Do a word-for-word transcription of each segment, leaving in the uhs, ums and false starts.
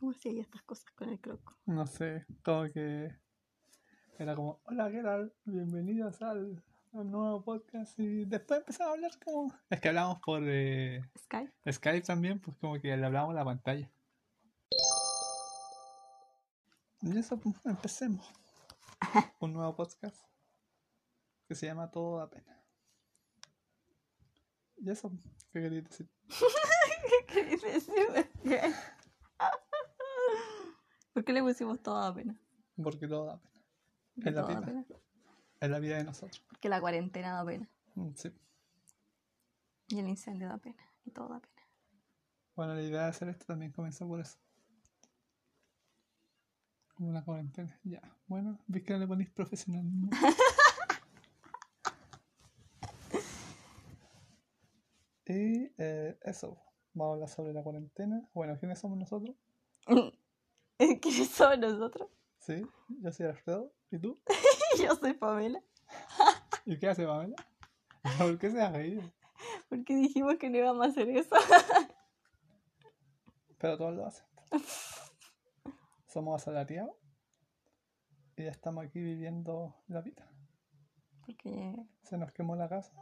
¿Cómo hacía ella estas cosas con el croco? No sé, como que era como, hola, ¿qué tal? Bienvenidos al, al nuevo podcast. Y después empezamos a hablar como... Es que hablamos por eh, Skype. Skype también, pues como que le hablábamos a la pantalla. Y eso, pues, empecemos. Un nuevo podcast que se llama Todo da pena. Y eso, ¿qué querías decir? ¿Qué querés decir? ¿Qué? ¿Por qué le pusimos todo da pena? Porque todo da pena. Porque Es la todo da vida. pena. Es la vida de nosotros. Porque la cuarentena da pena. Mm, Sí. Y el incendio da pena. Y todo da pena. Bueno, la idea de hacer esto también comenzó por eso. Como una cuarentena. Ya. Bueno, ¿ves que no le ponéis profesionalismo? Y eh, eso. Vamos a hablar sobre la cuarentena. Bueno, ¿quiénes somos nosotros? ¿Quiénes somos nosotros? Sí, yo soy Alfredo. ¿Y tú? Yo soy Pamela. ¿Y qué hace Pamela? ¿Por qué se ha reído? Porque dijimos que no íbamos a hacer eso. Pero todos lo hacen. Somos asalariados. Y ya estamos aquí viviendo la vida. Porque Se nos quemó la casa.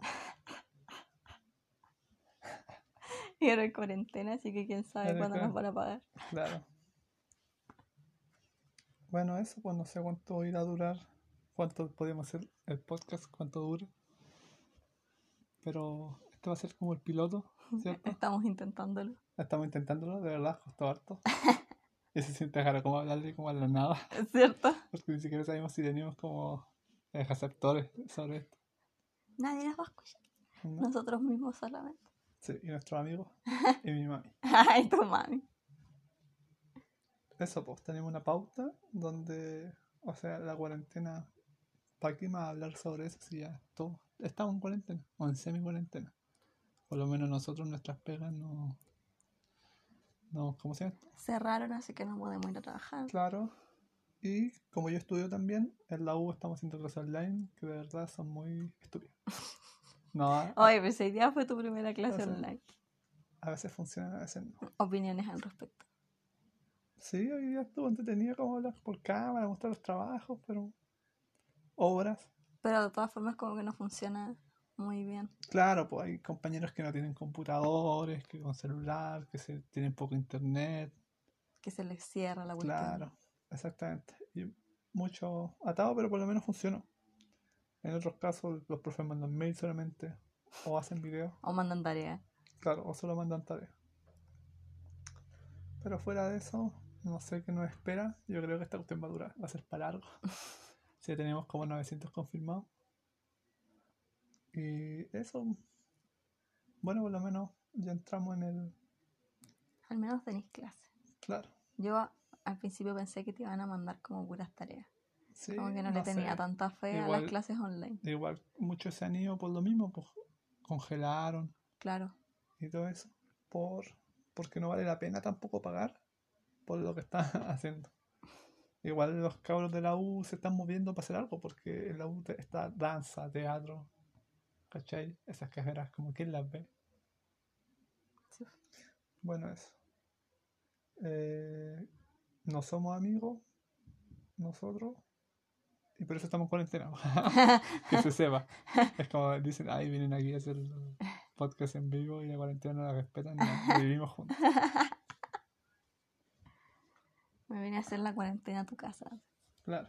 y ahora hay cuarentena, así que quién sabe Ahora hay cuándo nos cuarentena. van a pagar. Claro. Bueno, eso, pues no sé cuánto irá a durar. Cuánto podemos hacer el podcast, cuánto dura. Pero esto va a ser como el piloto, ¿cierto? Estamos intentándolo. Estamos intentándolo, de verdad, costó harto. Y se siente raro como hablarle como a la nada. ¿Es cierto? Porque ni siquiera sabemos si teníamos como eh, receptores sobre esto. Nadie nos va a escuchar. ¿No? Nosotros mismos solamente. Sí, y nuestros amigos y mi mami. Ay, tu mami. Eso, pues tenemos una pauta donde, o sea, la cuarentena, ¿para qué más hablar sobre eso si ya todo, estamos en cuarentena o en semi-cuarentena? Por lo menos nosotros, nuestras pegas no, no, ¿cómo se llama esto? Cerraron, así que no podemos ir a trabajar. Claro. Y como yo estudio también, en la U estamos haciendo clases online que de verdad son muy estúpidas. No, a, Oye, pero ese día fue tu primera clase Clase. online. a veces funcionan, a veces no. Opiniones al respecto. Sí, hoy día estuvo entretenido como hablar por cámara, mostrar los trabajos, pero obras. Pero de todas formas como que no funciona muy bien. Claro, pues hay compañeros que no tienen computadores, que con celular, que se tienen poco internet. Que se les cierra la cuestión. Claro, exactamente. Y mucho atado, pero por lo menos funcionó. En otros casos los profes mandan mail solamente o hacen videos. O mandan tareas. Claro, o solo mandan tareas. Pero fuera de eso, no sé qué nos espera. Yo creo que esta cuestión va a durar, va a ser para largo. Si ya tenemos como novecientos confirmados. Y eso, bueno, por lo menos ya entramos en el... Al menos tenéis clases. Claro. Yo al principio pensé que te iban a mandar como puras tareas. Sí, Como que no, le tenía sé. tanta fe Igual- a las clases online. Igual muchos se han ido por lo mismo, pues congelaron Claro. y todo eso. Por, porque no vale la pena tampoco pagar por lo que están haciendo. Igual los cabros de la U se están moviendo para hacer algo, porque en la U te- está danza, teatro, ¿cachai? Esas carreras, como quien las ve. Sí. Bueno, eso. Eh, no somos amigos, nosotros, y por eso estamos en cuarentena. Que se sepa. Es como dicen, ay, vienen aquí a hacer podcast en vivo y la cuarentena no la respetan, no, vivimos juntos. Me vine a hacer la cuarentena a tu casa. Claro.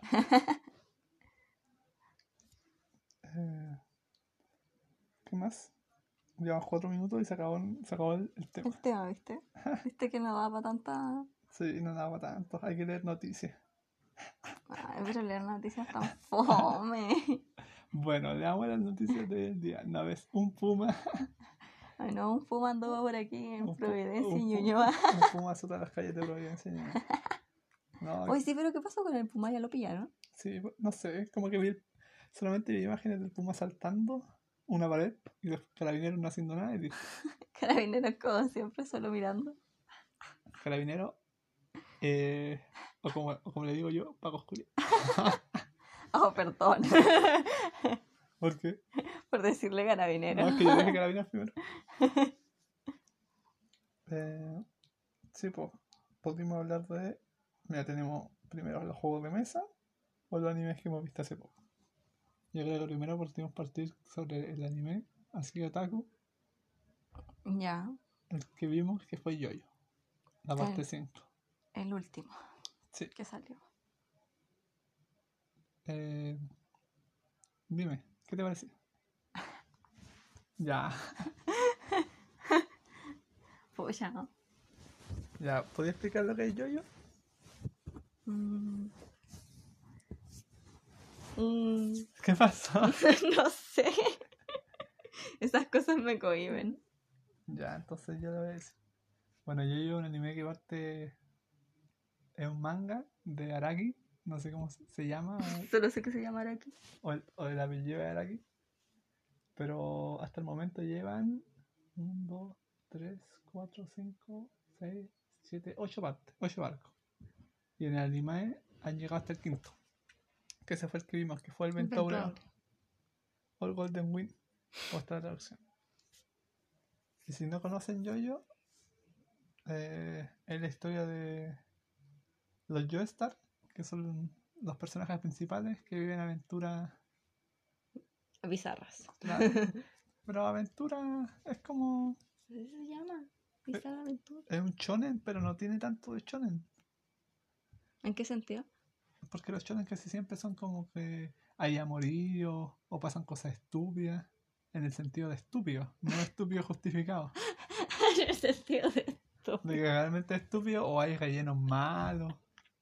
Eh, ¿Qué más? Llevamos cuatro minutos y se acabó, se acabó el, el tema. El tema, ¿viste? ¿Viste que no daba para tanta...? Sí, no daba tanto. Hay que leer noticias. Ay, pero leer noticias tan fome. Bueno, leamos las noticias del día. Una vez un puma. Ay, no, un puma andaba por aquí en un pu- Providencia y un pu- Ñuñoa. Un puma azota las calles de Providencia. y Ñuñoa. No, Oye, sí, pero ¿qué pasó con el puma? ¿Ya lo pillaron? sí, no sé, como que vi el- solamente vi imágenes del puma saltando una pared y los carabineros no haciendo nada y dije, Carabineros como siempre, solo mirando. carabinero, eh, o, como, o como le digo yo, Paco Oscuri. Oh, perdón. ¿Por qué? Por decirle carabinero. No, es que yo dije carabineros primero. Eh, sí, pues. pudimos hablar de... Mira, tenemos primero los juegos de mesa o los animes que hemos visto hace poco. Yo creo que primero podemos partir sobre el anime, así que Otaku, Ya, el que vimos que fue Yoyo, la parte el, cinco. el último Sí. que salió. Eh, dime, ¿qué te pareció? Ya, Pues ya, ¿no? ya, ¿podías explicar lo que es Yoyo? Mm. Mm, ¿Qué pasó? no sé. Esas cosas me cohiben. Ya, entonces yo lo voy a decir. Bueno, Yoyo es un anime que parte... Es un manga de Araki, no sé cómo se se llama, Solo sé que se llama Araki. o el, o el apellido de Araki. Pero hasta el momento llevan uno, dos, tres, cuatro, cinco, seis, siete, ocho partes, ocho barcos. Y en el anime han llegado hasta el quinto. Que ese fue el que vimos, que fue el Ventaureo. Ventaureo. O el Golden Wind. O esta traducción. Y si no conocen Yoyo, eh, es la historia de los Joestar, que son los personajes principales que viven aventuras. Bizarras. Claro. Pero aventura es como. ¿Así se llama? Bizarra aventura. Es un shonen, pero no tiene tanto de shonen. ¿En qué sentido? Porque los shonen casi siempre son como que hay amorío o pasan cosas estúpidas. En el sentido de estúpido, no estúpido justificado. En el sentido de esto. De que realmente es estúpido o hay rellenos malos.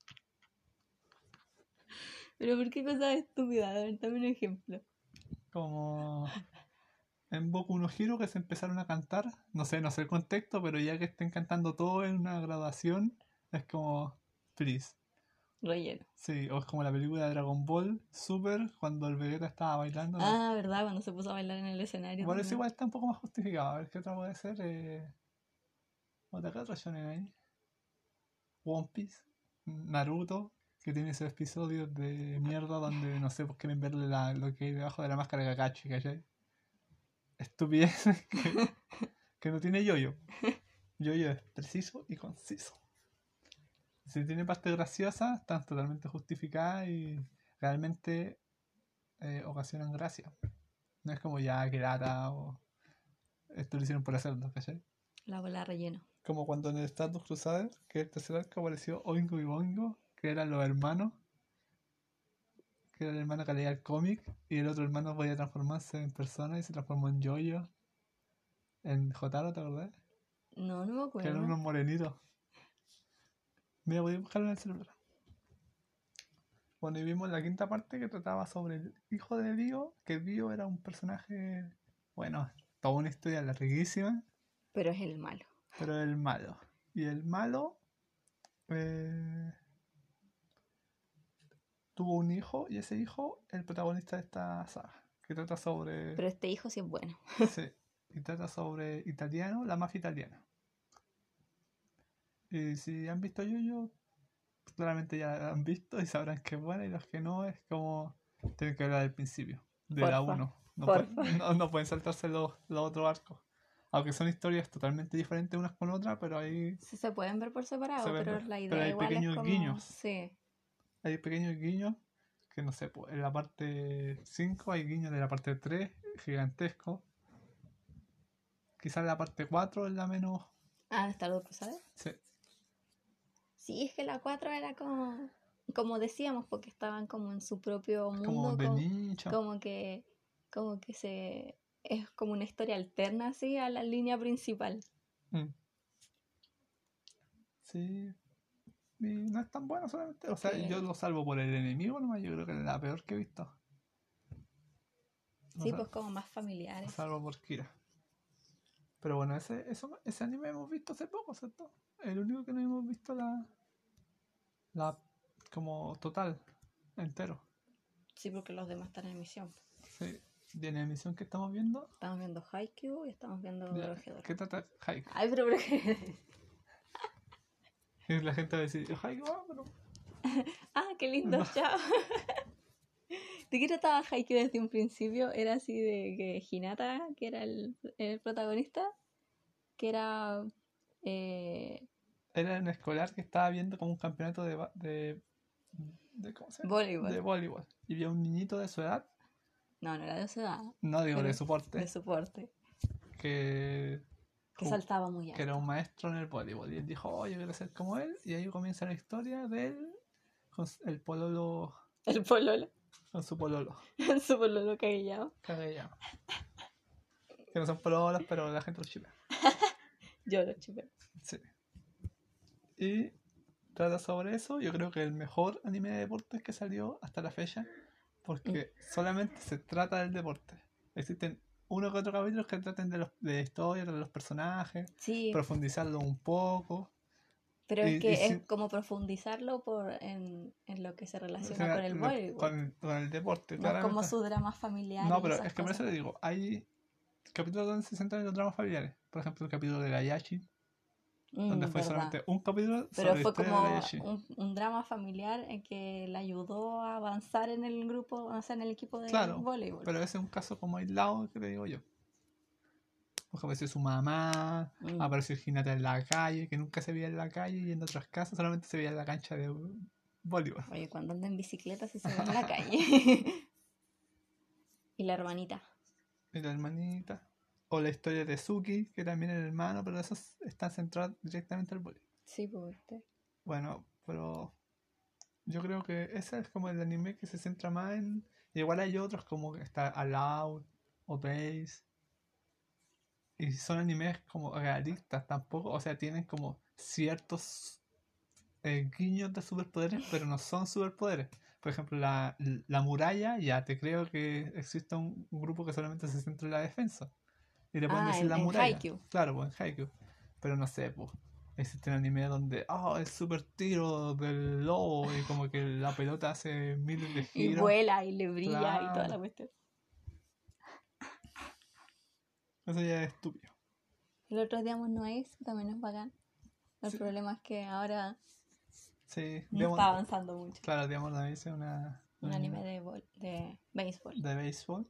Pero ¿por qué cosas estúpidas? A ver, dame un ejemplo. Como en Boku no Hero que se empezaron a cantar. No sé, no sé el contexto, pero ya que estén cantando todo en una graduación, es como, please. Relleno. Sí, o es como la película de Dragon Ball Super cuando el Vegeta estaba bailando. Ah, ¿verdad? Cuando se puso a bailar en el escenario. Por eso también. igual está un poco más justificado. A ver qué otra puede ser. Eh... ¿Otra qué otro shonen hay? One Piece, Naruto, que tiene esos episodios de mierda donde no sé por qué quieren verle la, lo que hay debajo de la máscara de Kakashi, ¿cachai? Estupidez que, que no tiene Yoyo. Yoyo es preciso y conciso. Si tiene partes graciosas, están totalmente justificadas y realmente eh, ocasionan gracia. No es como ya que lata o esto lo hicieron por hacerlo, ¿cachai? La bola relleno. Como cuando en el Stardust Crusader, que el tercer arco apareció Oingo y Boingo, que eran los hermanos, que era el hermano que leía el cómic, y el otro hermano podía transformarse en persona y se transformó en Yoyo, en Jotaro, ¿te acordás? No, no me Que eran acuerdo. unos morenitos. Mira, voy a buscarlo en el celular. Bueno, y vimos la quinta parte que trataba sobre el hijo de Dio, que Dio era un personaje, bueno, toda una historia larguísima, Pero es el malo. pero el malo. Y el malo eh, tuvo un hijo, y ese hijo es el protagonista de esta saga, que trata sobre... Pero este hijo sí es bueno. Sí, y trata sobre italiano, la mafia italiana. Y si han visto Yoyo, claramente ya la han visto y sabrán que es buena, y los que no, es como tienen que hablar del principio, de la Porfa, uno. No, porfa. pueden, no, no pueden saltarse los, los otros arcos. Aunque son historias totalmente diferentes unas con otras, pero ahí Sí se pueden ver por separado, se ven, pero ver- la idea pero hay igual pequeños es como... guiños. Sí. Hay pequeños guiños que no sé, pues, en la parte cinco hay guiños de la parte tres, gigantesco. Quizás en la parte cuatro es la menos... Ah, Star ¿sabes? Sí, Sí, es que la cuatro era como... Como decíamos, porque estaban como en su propio mundo. como de como, nicho. como que... Como que se... Es como una historia alterna así a la línea principal. Mm. Sí. Y no es tan bueno solamente. O sea, Que- yo lo salvo por el enemigo nomás. Yo creo que es la peor que he visto. Lo Sí, sal- pues como más lo familiares. salvo por Kira. Pero bueno, ese, eso, ese anime hemos visto hace poco, ¿cierto? El único que no hemos visto la. La. Como total. Entero. Sí, porque los demás están en emisión. Sí. Y en la emisión que estamos viendo. Estamos viendo Haikyuu y estamos viendo ya, Dorohedoro. ¿qué trata? Haikyuu. Ay, pero... pero... Y la gente va a decir, Haikyuu, ah, pero. Ah, qué lindo, No. chao. ¿De qué trataba Haikyuu desde un principio? Era así de que Hinata, que era el, el protagonista, que era... Eh, era un escolar que estaba viendo como un campeonato de, ba- de, de ¿cómo se llama? Voleibol. De voleibol. Y vio un niñito de su edad, No, no era de su edad. no digo de pero soporte, De soporte. que, Que ju- saltaba muy que era alto. un maestro en el voleibol. Y él dijo, oh, yo quiero ser como él. Y ahí comienza la historia de él con s- el pololo, El pololo. con su pololo. Su pololo cagallado. Kageyama. Que no son pololos, pero la gente los chipea. Yo lo chupé. Sí. Y trata sobre eso. Yo creo que el mejor anime de deportes que salió hasta la fecha. Porque solamente se trata del deporte. Existen uno que otro capítulos que traten de, los, de historia, de los personajes, Sí, profundizarlo un poco. pero Y, es y que es sin- como profundizarlo por en, en lo que se o relaciona sea, con el lo- voleibol. con, el, con el deporte, No es como claramente. su drama familiar No, y pero esas es que por cosas. eso le digo, hay capítulos donde se centran en los dramas familiares. Por ejemplo, el capítulo de la Yachi, donde Mm, fue verdad. solamente un capítulo Pero sobre la fue historia de la como Yachi. un, un drama familiar en que le ayudó a avanzar en el grupo, o sea, en el equipo de Claro, voleibol. pero ese es un caso como aislado que te digo yo. Porque apareció su mamá, Mm. apareció Hinata en la calle, que nunca se veía en la calle, y en otras casas solamente se veía en la cancha de voleibol. Oye, cuando anda en bicicleta sí se ve en la calle. Y la hermanita. Y la hermanita. O la historia de Suki, que también es el hermano, pero esos están centrados directamente al voleibol. Sí, pues usted. Bueno, pero yo creo que ese es como el anime que se centra más en... Igual hay otros como que está Aloud o Base. Y son animes como realistas tampoco. O sea, tienen como ciertos eh, guiños de superpoderes, pero no son superpoderes. Por ejemplo, la, la muralla, ya te creo que existe un, un grupo que solamente se centra en la defensa. Y le pueden Ah, decir en, la en muralla. Haikyuu. Claro, pues en Haikyuu. Pero no sé, pues. Existe un anime donde, oh, el super tiro del lobo y como que la pelota hace miles de Y giros. vuela y le brilla y toda la Claro. cuestión. Eso ya es estúpido. El otro día no es, también es bacán. El Sí. problema es que ahora Sí, no Demon- está avanzando mucho. claro, Demon Days es una, Un un anime de, bol- de béisbol. de béisbol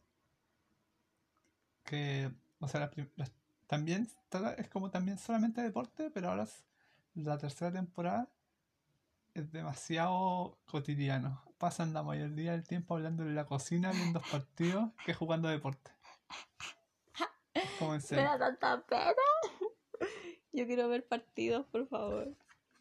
que, o sea, la prim- la- también trata- es como también solamente deporte, pero ahora es- la tercera temporada es demasiado cotidiano. Pasan la mayoría del tiempo hablando en la cocina, viendo partidos, que jugando deporte. Como en Me serio. da tanta pena. Yo quiero ver partidos, por favor.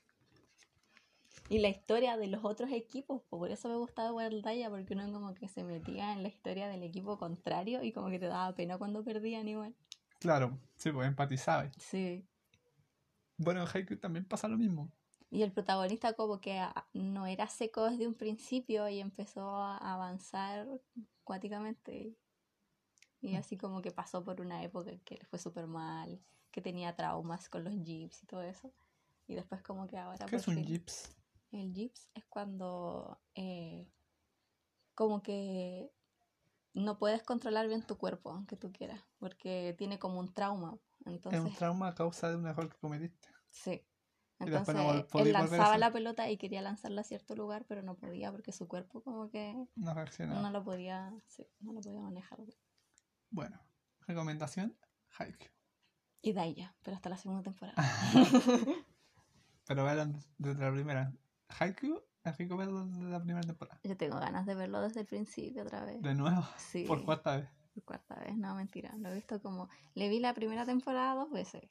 Y la historia de los otros equipos, pues por eso me gustaba Wild Daya, porque uno como que se metía en la historia del equipo contrario y como que te daba pena cuando perdían igual. Claro, sí, pues empatizaba. Sí. Bueno, en Haikyuu también pasa lo mismo. Y el protagonista como que a- no era seco desde un principio y empezó a avanzar cuáticamente. Y así como que pasó por una época en que le fue súper mal, que tenía traumas con los jeeps y todo eso. Y después como que ahora ¿Qué por es un fin... Gips? El jeeps es cuando eh, como que no puedes controlar bien tu cuerpo, aunque tú quieras, porque tiene como un trauma. Es un Entonces, trauma a causa de un error que cometiste. sí. Y después no Entonces, vol- podí él volver a lanzaba hacer. la pelota y quería lanzarla a cierto lugar, pero no podía porque su cuerpo como que No reaccionaba. no lo podía, sí, no lo podía manejar. Bueno, recomendación, Haikyuu. Y de ahí ya, pero hasta la segunda temporada. Pero vean desde la primera. Haikyuu es rico verlo desde la primera temporada. Yo tengo ganas de verlo desde el principio otra vez. De nuevo, Sí. por cuarta vez. Por cuarta vez, no, mentira. Lo he visto como... Le vi la primera temporada dos veces.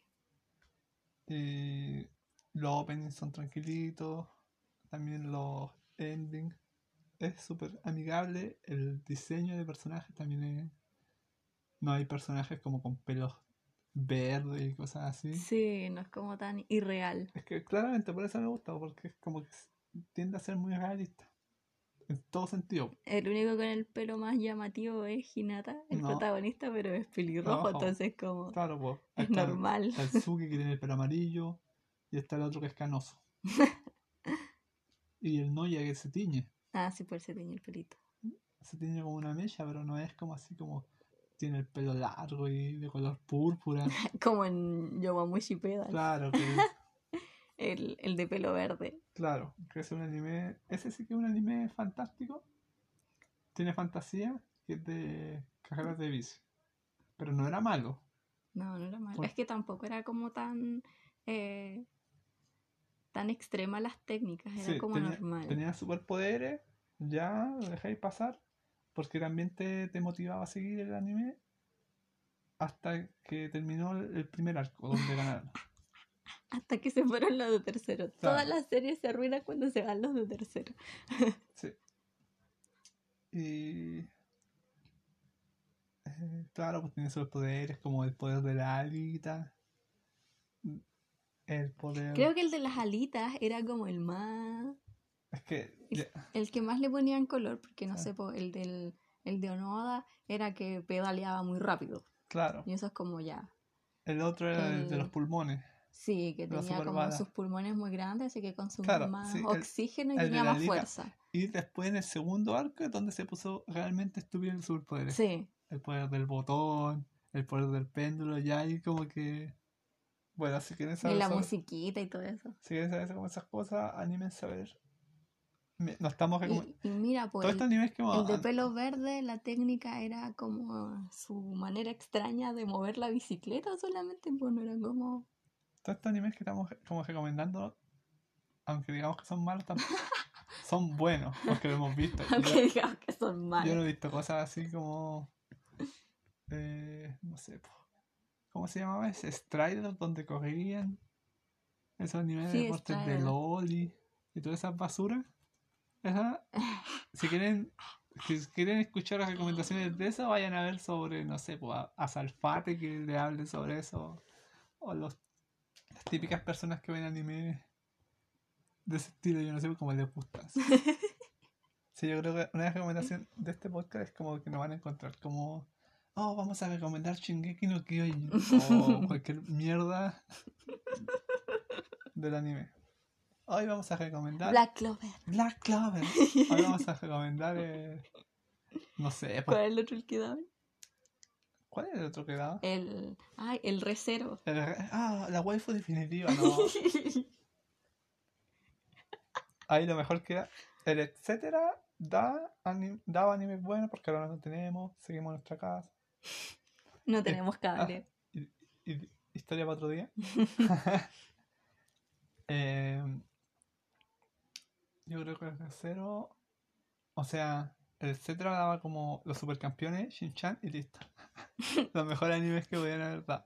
Y los openings son tranquilitos. También los endings. Es súper amigable. El diseño de personajes también es... No hay personajes como con pelos verdes y cosas así. Sí, no es como tan irreal. Es que claramente por eso me gusta, porque es como que tiende a ser muy realista. En todo sentido. El único con el pelo más llamativo es Hinata, el No. protagonista, pero es pelirrojo, Rojo. entonces como... Claro, pues. Es Está, normal. está el Suki que tiene el pelo amarillo. Y está el otro que es canoso. Y el Noya que se tiñe. Ah, sí, por eso tiene el pelito. Se tiñe como una mecha, pero no es como así como... Tiene el pelo largo y de color púrpura. Como en Yowamushi Pedal. Claro, que... El, el de pelo verde. Claro, que es un anime... Ese sí que es un anime fantástico. Tiene fantasía, que es de carreras de bici. Pero no era malo. No, no era malo. Por- Es que tampoco era como tan... eh, tan extremas las técnicas, era Sí, como tenía, normal. tenía superpoderes, ya lo dejáis pasar, porque también te, te motivaba a seguir el anime hasta que terminó el, el primer arco, donde ganaron. Hasta que se fueron los de tercero. Todas Claro, las series se arruinan cuando se van los de tercero. sí. Y eh, claro, pues tiene superpoderes como el poder de la alita, el poder... Creo que el de las alitas era como el más... Es que... El, ya, el que más le ponían color, porque no sí, sé, po, el del el de Onoda era que pedaleaba muy rápido. claro. Y eso es como ya. El otro era el de los El... pulmones, Sí, que de la tenía super como bala. sus pulmones muy grandes, así que consumía Claro, más sí, el, oxígeno y el de tenía la más alita. fuerza. Y después en el segundo arco es donde se puso realmente estúpido el superpoderes. Sí. El poder del botón, el poder del péndulo, ya ahí como que... Bueno, si quieren Y saber la sobre... musiquita y todo eso. Si quieren saber como esas cosas, anímense a ver. Me- No estamos recomendando... Y, y mira, pues Todos estos el, animes que el hemos... de pelo verde, la técnica era como su manera extraña de mover la bicicleta solamente, pues no era como... Todos estos animes que estamos como recomendando, aunque digamos que son malos, tam- son buenos, porque lo hemos visto. Y yo, Aunque digamos que son yo malos. no he visto cosas así como... eh, no sé, po, ¿cómo se llamaba ese? Strider, donde corrían. Esos animes de Sí, deportes de Strider. Loli y todas esas basuras. Esa, si quieren... Si quieren escuchar las recomendaciones de eso, vayan a ver sobre, no sé, pues, a, a Salfate que le hable sobre eso. O los, las típicas personas que ven anime de ese estilo, yo no sé cómo les gusta. Sí, yo creo que una recomendación de este podcast es como que nos van a encontrar como, oh, vamos a recomendar Shingeki no Kyojin o cualquier mierda del anime. Hoy vamos a recomendar Black Clover. Black Clover. Hoy vamos a recomendar, eh, no sé, pues, ¿Cuál es el otro el que daban? ¿cuál es el otro que daba? El... Ay, el recero. El- ah, la waifu definitiva, no. Ahí lo mejor que da, el etcétera da anim- daba animes buenos porque ahora no lo tenemos, seguimos en nuestra casa. No Eh, tenemos ah, cable. y- y- historia para otro día. Eh, yo creo que el tercero, o sea, el etcétera daba como los supercampeones, Shin-Chan y listo. Los mejores animes que podían haber dado.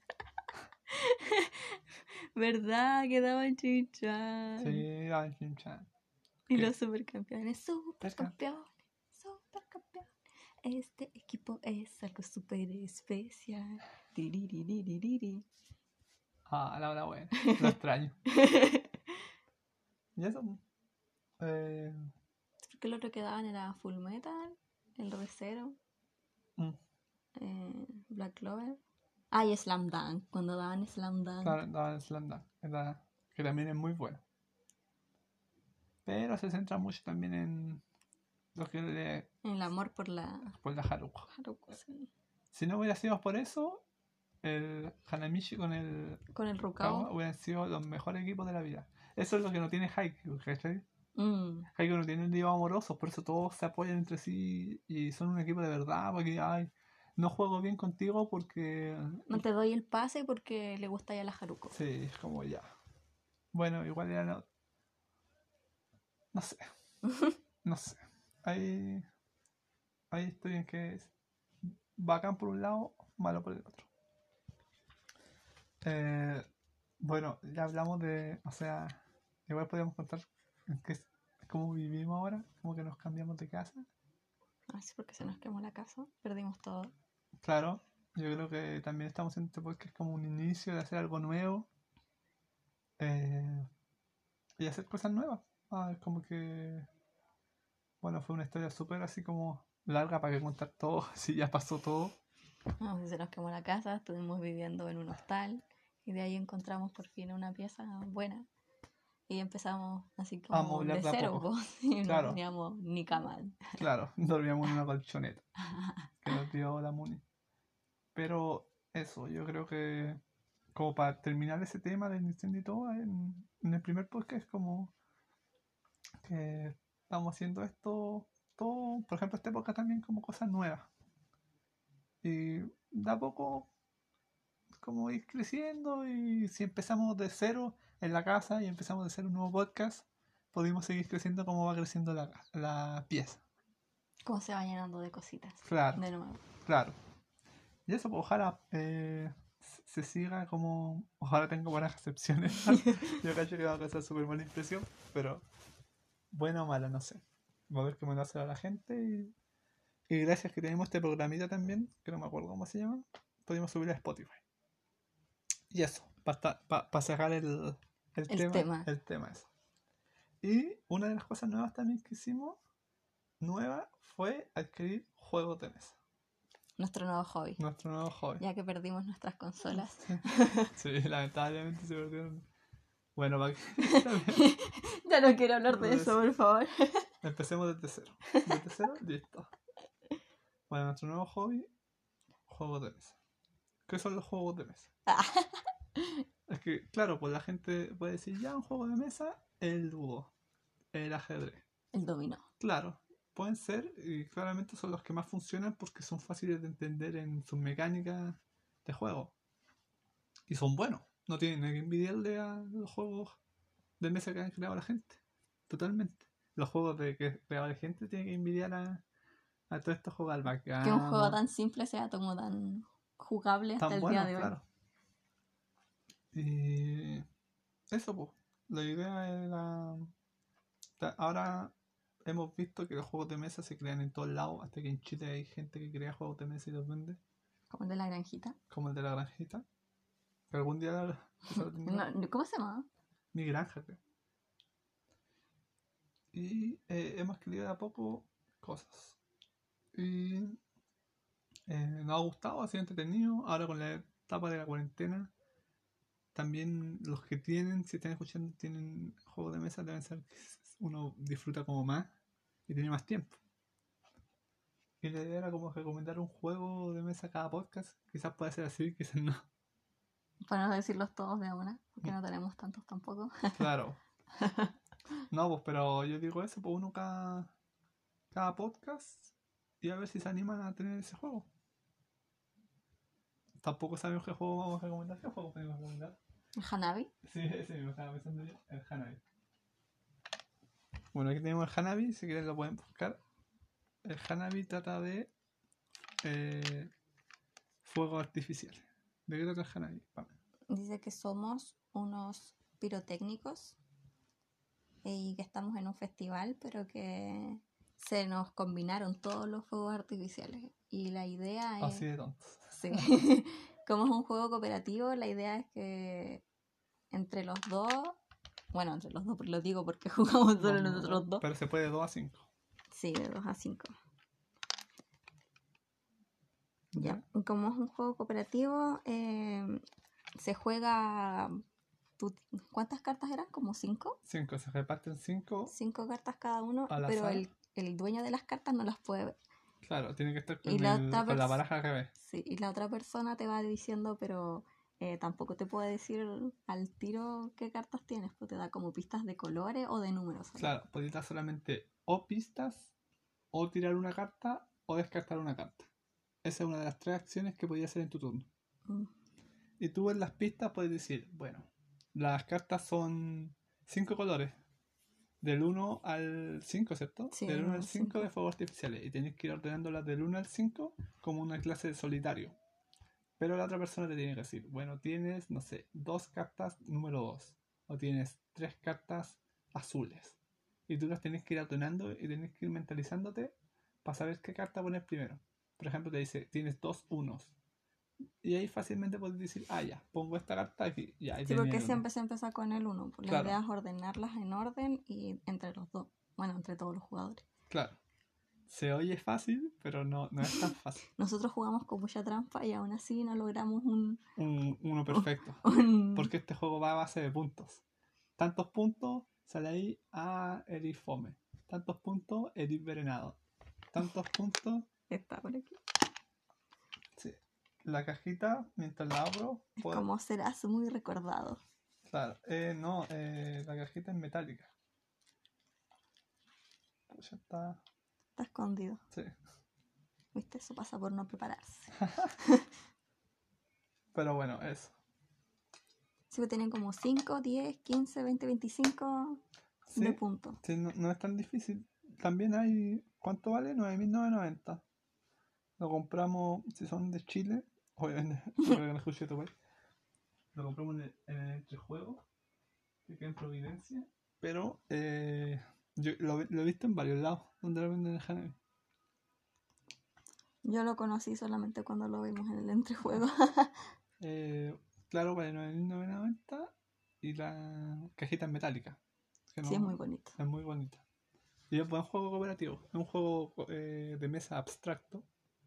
¿Verdad? Que daban chicha. Sí, daban Shin-Chan. Y ¿Qué? los supercampeones. Supercampeones. Supercampeones. Este equipo es algo súper especial. Tiririririri. Ah, la hora buena. Lo extraño. Y eso. Eh, Porque el otro que daban era Full Metal, el Recero, mm, eh, Black Clover. Ah, y Slam Dunk, cuando daban Slam Dunk. claro, daban Slam Dunk, ¿verdad? Que también es muy bueno. Pero se centra mucho también en lo que le. El amor por la Por la Haruko. Haruko, sí. Si no hubiera sido por eso, el Hanamichi con el Con el Kawa Rukawa. hubieran sido los mejores equipos de la vida. Eso es lo que no tiene Haikyuu, ¿cachai? Mm. Haikyuu no tiene líos amorosos, por eso todos se apoyan entre sí y son un equipo de verdad, porque, ay, no juego bien contigo porque... No te doy el pase porque le gusta ya la Haruko. Sí, es como ya. Bueno, igual ya no... No sé. No sé. Hay... Hay historias que es bacán por un lado, malo por el otro. Eh, bueno, ya hablamos de... O sea, igual podríamos contar en qué, cómo vivimos ahora, cómo que nos cambiamos de casa. Ah, sí, porque se nos quemó la casa. Perdimos todo. Claro, yo creo que también estamos en este podcast como un inicio de hacer algo nuevo eh, y hacer cosas nuevas. Ah, es como que, bueno, fue una historia súper así como larga para que contar todo, si ya pasó todo. Ah, sí, se nos quemó la casa. Estuvimos viviendo en un hostal. Y de ahí encontramos por fin una pieza buena. Y empezamos así A como amoblar de de a cero, poco. po. Y no Claro, teníamos ni cama. claro, dormíamos en una colchoneta que nos dio la Muni. Pero eso, yo creo que como para terminar ese tema del Nintendo y todo, en, en el primer podcast como que estamos haciendo esto, todo, por ejemplo, esta época también como cosas nuevas. Y de a poco como ir creciendo y si empezamos de cero, en la casa y empezamos a hacer un nuevo podcast, pudimos seguir creciendo como va creciendo la, la pieza. Cómo se va llenando de cositas. Claro. De nuevo. Claro. Y eso, pues, ojalá eh, se siga como... Ojalá tenga buenas recepciones. Yo cacho que va a causar súper mala impresión, pero buena o mala, no sé. Va a ver qué me lo hace a la gente y... Y gracias que tenemos este programita también, que no me acuerdo cómo se llama, pudimos subir a Spotify. Y eso, para pa, pa cerrar el, el, El tema, tema. el tema eso. Y una de las cosas nuevas también que hicimos, nueva, fue adquirir juegos de mesa. Nuestro nuevo hobby. Nuestro nuevo hobby. Ya que perdimos nuestras consolas. Sí, lamentablemente se perdieron. Bueno, para que... Ya no quiero hablar de eso, por favor. Empecemos desde cero. Desde cero, listo. Bueno, nuestro nuevo hobby, juegos de mesa. ¿Qué son los juegos de mesa? Es que, claro, pues la gente puede decir, ya, un juego de mesa, el ludo, el ajedrez. El dominó. Claro, pueden ser, y claramente son los que más funcionan porque son fáciles de entender en sus mecánicas de juego. Y son buenos. No tienen nada que envidiarle a los juegos de mesa que han creado la gente. Totalmente. Los juegos de que creaba la gente tienen que envidiar a, a todos estos juegos al backgammon. Que un juego tan simple sea como tan jugable hasta tan el bueno, día de hoy. Claro. Y eso, pues. La idea era... Ahora hemos visto que los juegos de mesa se crean en todos lados, hasta que en Chile hay gente que crea juegos de mesa y los vende. Como el de la granjita. Como el de la granjita. Que algún día... No, ¿cómo se llama? Mi granja, creo. Y eh, hemos escrito de a poco cosas. Y eh, nos ha gustado, ha sido entretenido. Ahora con la etapa de la cuarentena, también los que tienen, si están escuchando, tienen juegos de mesa, deben ser que uno disfruta como más y tiene más tiempo. Y la idea era como recomendar un juego de mesa cada podcast. Quizás puede ser así, quizás no. Para no decirlos todos de una, porque no tenemos tantos tampoco. Claro. No, pues, pero yo digo eso, pues uno cada, cada podcast y a ver si se animan a tener ese juego. Tampoco sabemos qué juego vamos a recomendar. ¿Qué juego podemos recomendar? ¿El Hanabi? Sí, sí, me estaba pensando yo. El Hanabi. Bueno, aquí tenemos el Hanabi, si quieren lo pueden buscar. El Hanabi trata de eh, fuegos artificiales. ¿De qué trata el Hanabi? Vamos. Dice que somos unos pirotécnicos y que estamos en un festival, pero que se nos combinaron todos los fuegos artificiales. Y la idea es... Así de tontos. Sí. Como es un juego cooperativo, la idea es que entre los dos... Bueno, entre los dos, lo digo porque jugamos solo No, nosotros dos. Pero se puede de dos a cinco. Sí, de dos a cinco. Ya. Ya. Como es un juego cooperativo, eh, se juega... ¿tú- ¿Cuántas cartas eran? ¿Como cinco? Cinco, se reparten cinco. Cinco cartas cada uno, Al pero azar. el, el dueño de las cartas no las puede ver. Claro, tiene que estar con, Y la el- otra con la pers- baraja al revés. Sí, y la otra persona te va diciendo, pero eh, tampoco te puede decir al tiro qué cartas tienes, pues te da como pistas de colores o de números. ¿sabes? Claro, podéis dar solamente o pistas, o tirar una carta, o descartar una carta. Esa es una de las tres acciones que podías hacer en tu turno. Mm. Y tú en las pistas puedes decir, bueno, las cartas son cinco colores. Del uno al cinco, ¿cierto? Sí, del del uno uno al al cinco cinco. de fuegos artificiales. Y tenéis que ir ordenándolas del uno al cinco como una clase de solitario. Pero la otra persona te tiene que decir, bueno, tienes, no sé, dos cartas número dos. O tienes tres cartas azules. Y tú las tenés que ir ordenando y tenés que ir mentalizándote para saber qué carta poner primero. Por ejemplo, te dice, tienes dos unos. Y ahí fácilmente puedes decir, ah, ya, pongo esta carta aquí. Ya, ahí Sí, tenía porque el uno. siempre se empieza con el uno. Pues Claro. La idea es ordenarlas en orden y entre los dos. Bueno, entre todos los jugadores. Claro. Se oye fácil, pero no, no es tan fácil. Nosotros jugamos con mucha trampa y aún así no logramos un... Un, uno perfecto. un... Porque este juego va a base de puntos. Tantos puntos, sale ahí, ah, eres fome. Tantos puntos, eres verenado. Tantos puntos... Está por aquí. Sí. La cajita, mientras la abro... Es puedo... como serás muy recordado. Claro, eh, no, eh, la cajita es metálica. Ya está... Está escondido. Sí. ¿Viste? Eso pasa por no prepararse. Pero bueno, eso. Sí, que tienen como cinco, diez, quince, veinte, veinticinco Sí, de puntos. sí, no, no es tan difícil. También hay, ¿cuánto vale? nueve mil novecientos noventa. Lo compramos, si son de Chile, obviamente, no creo que no escuche tu país. Lo compramos en el, en el entrejuego, que queda en Providencia. Pero eh, yo lo, lo he visto en varios lados donde lo venden en Hanami. Yo lo conocí solamente cuando lo vimos en el entrejuego. Eh, claro, vale nueve mil novecientos noventa y la cajita es metálica. Que no, Sí, es muy bonito. es muy bonita. Y es buen juego cooperativo. Es un juego eh, de mesa abstracto.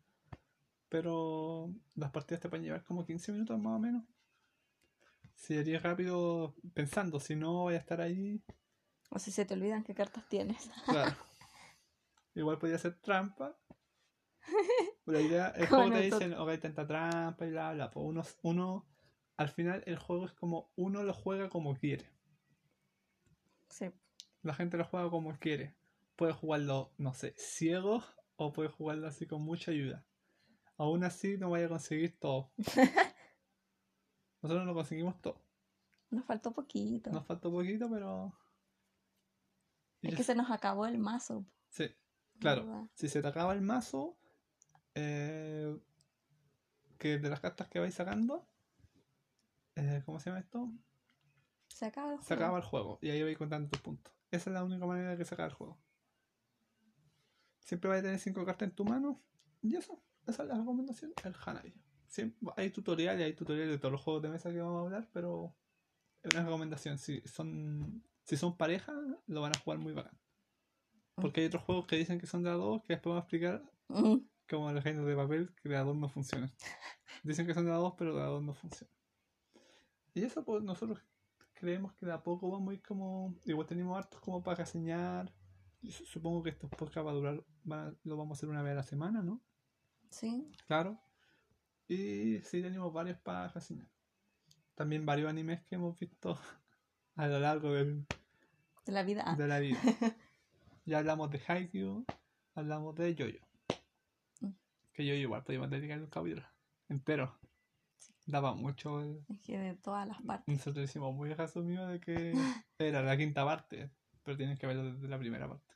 Pero las partidas te pueden llevar como quince minutos más o menos. Si eres rápido pensando, si no voy a estar ahí. O si se te olvidan qué cartas tienes. Claro. Igual podría ser trampa. La idea, el Con juego te esto- dice, ok, tanta trampa y bla, bla. Pues uno, uno, al final el juego es como uno lo juega como quiere. Sí. La gente lo juega como quiere. Puede jugarlo, no sé, ciego o puede jugarlo así con mucha ayuda. Aún así no vaya a conseguir todo. Nosotros no conseguimos todo. Nos faltó poquito. Nos faltó poquito, pero... Es y que es- se nos acabó el mazo. Sí, claro. ¿Verdad? Si se te acaba el mazo, eh, que de las cartas que vais sacando, eh, ¿cómo se llama esto? Se acaba el Se juego. acaba el juego y ahí vais contando tus puntos. Esa es la única manera de que se acabe el juego. Siempre vais a tener cinco cartas en tu mano y eso, esa es la recomendación, el Hanabi. Siempre, hay tutoriales, hay tutoriales de todos los juegos de mesa que vamos a hablar, pero es una recomendación. Si son, si son pareja, lo van a jugar muy bacán. Porque hay otros juegos que dicen que son de a dos, que después vamos a explicar, Mm. como los reinos de papel, que de a dos no funcionan. Dicen que son de a dos, pero de a dos no funcionan. Y eso, pues nosotros creemos que de a poco vamos a ir como. Igual tenemos hartos como para reseñar. Y su- Supongo que estos podcasts va a durar, van a- lo vamos a hacer una vez a la semana, ¿no? Sí. Claro. Y sí, tenemos varios para reseñar. También varios animes que hemos visto a lo largo del, De la vida. Ah. de la vida. Ya hablamos de Haikyuu, hablamos de Yoyo. Mm. Que Yoyo igual podíamos dedicar un capítulo entero. Daba mucho. el- Es que de todas las partes. Nosotros decimos muy resumido de que era la quinta parte, pero tienes que verlo desde la primera parte.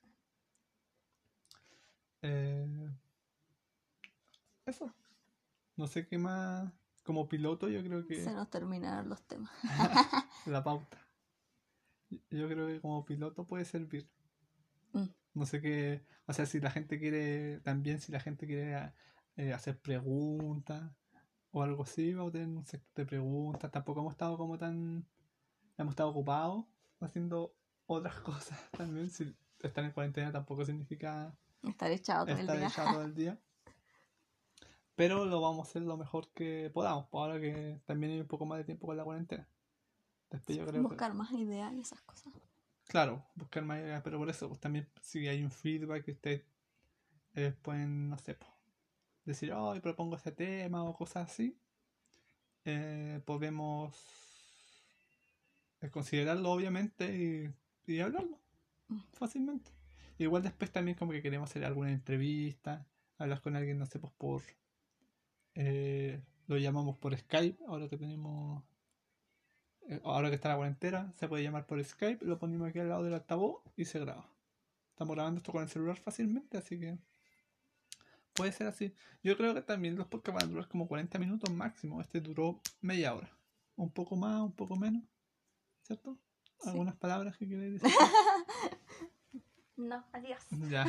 Eh, eso. No sé qué más. Como piloto, yo creo que Se nos terminaron los temas. la pauta. Yo creo que como piloto puede servir. Mm. No sé qué. O sea, si la gente quiere. También, si la gente quiere eh, hacer preguntas o algo así, vamos a tener un sector de preguntas. Tampoco hemos estado como tan. Hemos estado ocupados haciendo otras cosas también. Si estar en cuarentena tampoco significa Estar echado todo el estar día. echado todo el día. Pero lo vamos a hacer lo mejor que podamos, pues ahora que también hay un poco más de tiempo con la cuarentena. Después yo creo Buscar más ideas y esas cosas. que, claro, buscar más ideas, pero por eso, pues también si hay un feedback que ustedes eh, pueden, no sé, pues, decir, oh, propongo ese tema o cosas así, eh, podemos eh, considerarlo obviamente y, y hablarlo Mm. fácilmente. Igual después también como que queremos hacer alguna entrevista, hablar con alguien, no sé, pues por... Eh, lo llamamos por Skype, ahora que tenemos... eh, ahora que está la cuarentena, se puede llamar por Skype, lo ponemos aquí al lado del altavoz y se graba. Estamos grabando esto con el celular fácilmente, así que puede ser así. Yo creo que también los podcasts van a durar como cuarenta minutos máximo. Este duró media hora. Un poco más, un poco menos. ¿Cierto? Sí. ¿Algunas palabras que queréis decir? No, adiós. Ya.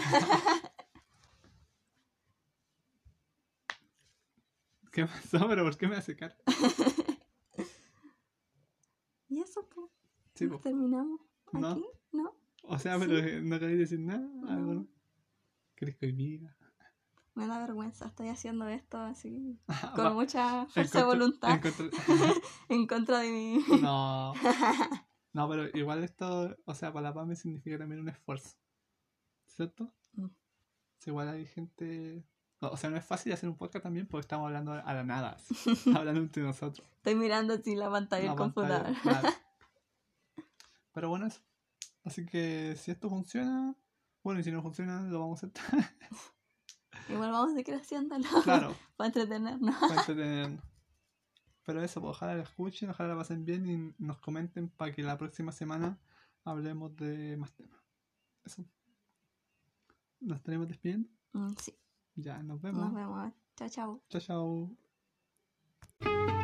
¿Qué pasó? ¿Pero por qué me hace cara? ¿Y eso, pues? Sí, ¿Nos po. terminamos No. aquí? ¿No? O sea, Sí. pero no queréis decir nada. ¿Algo, No. no? ¿Queréis que hoy diga? Me da vergüenza. Estoy haciendo esto así. Ah, Con va. mucha En fuerza de contra- voluntad. en contra- En contra de mí. No. No, pero igual esto, o sea, para la PAME significa también un esfuerzo. ¿Cierto? Mm. Si igual hay gente... no, o sea, no es fácil hacer un podcast también porque estamos hablando a la nada. así. Hablando entre nosotros. Estoy mirando así la pantalla del La pantalla, computador. claro. Pero bueno, eso. Así que si esto funciona... Bueno, y si no funciona, lo vamos a hacer. Igual vamos a seguir haciéndolo. Claro, Para entretenernos. para entretenernos. Pero eso, pues, ojalá la escuchen, ojalá la pasen bien y nos comenten para que la próxima semana hablemos de más temas. Eso. ¿Nos estaremos despidiendo? Mm, sí. Ya, nos Nos vemos. vemos. Chao, chao. Chao, chao.